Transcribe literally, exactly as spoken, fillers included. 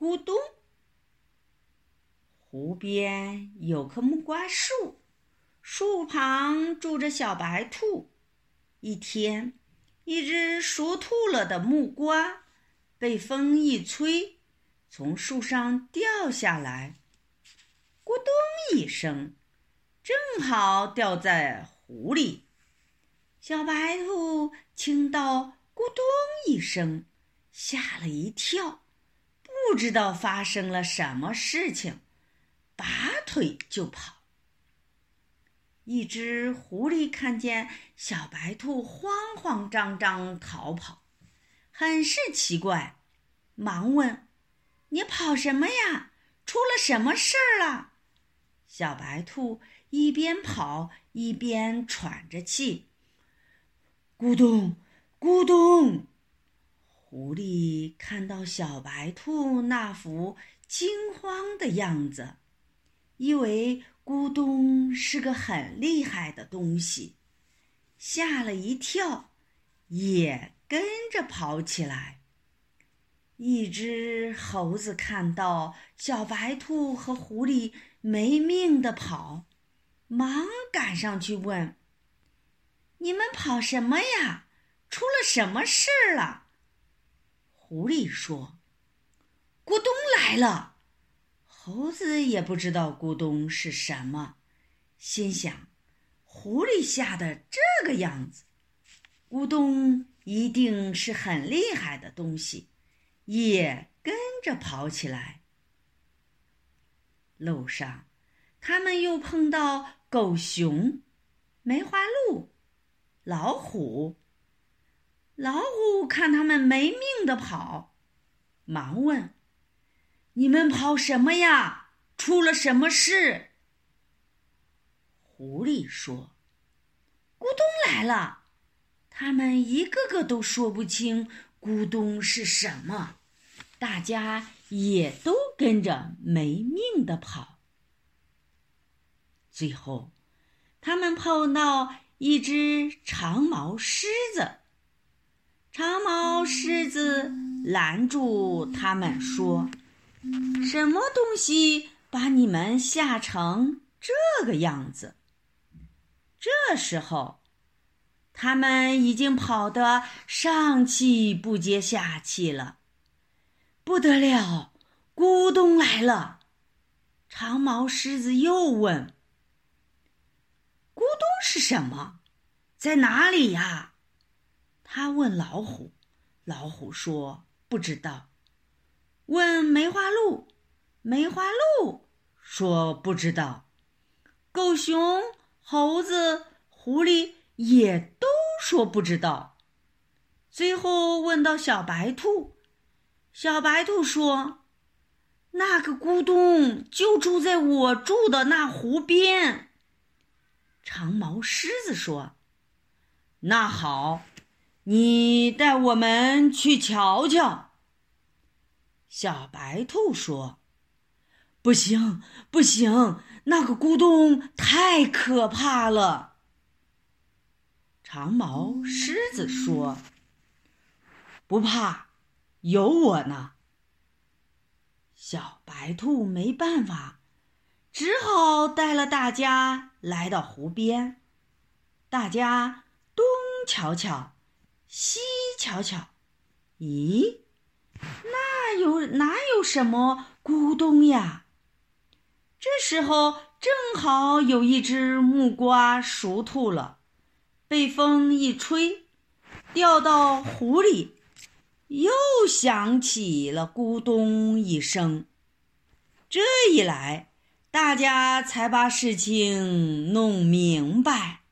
咕咚！湖边有棵木瓜树，树旁住着小白兔。一天，一只熟透了的木瓜被风一吹，从树上掉下来，咕咚一声，正好掉在湖里。小白兔听到咕咚一声，吓了一跳，不知道发生了什么事情，拔腿就跑。一只狐狸看见小白兔慌慌张张逃跑，很是奇怪，忙问：你跑什么呀？出了什么事儿了？小白兔一边跑一边喘着气，咕咚咕咚。狐狸看到小白兔那副惊慌的样子，以为咕咚是个很厉害的东西，吓了一跳，也跟着跑起来。一只猴子看到小白兔和狐狸没命地跑，忙赶上去问：你们跑什么呀？出了什么事儿了？狐狸说：咕咚来了。猴子也不知道咕咚是什么，心想狐狸吓得这个样子，咕咚一定是很厉害的东西，也跟着跑起来。路上，他们又碰到狗熊、梅花鹿、老虎。老虎看他们没命地跑，忙问：你们跑什么呀？出了什么事？狐狸说：咕咚来了。他们一个个都说不清咕咚是什么，大家也都跟着没命地跑。最后，他们碰到一只长毛狮子。长毛狮子拦住他们说：什么东西把你们吓成这个样子？这时候，他们已经跑得上气不接下气了。不得了，咕咚来了！长毛狮子又问：咕咚是什么？在哪里呀？他问老虎，老虎说不知道。问梅花鹿，梅花鹿说不知道。狗熊、猴子、狐狸也都说不知道。最后问到小白兔，小白兔说：那个咕咚就住在我住的那湖边。长毛狮子说：那好，你带我们去瞧瞧。小白兔说：不行不行，那个咕咚太可怕了。长毛狮子说：不怕，有我呢。小白兔没办法，只好带了大家来到湖边。大家东瞧瞧，西瞧瞧，咦，那有哪有什么咕咚呀？这时候正好有一只木瓜熟透了，被风一吹，掉到湖里，又响起了咕咚一声。这一来，大家才把事情弄明白。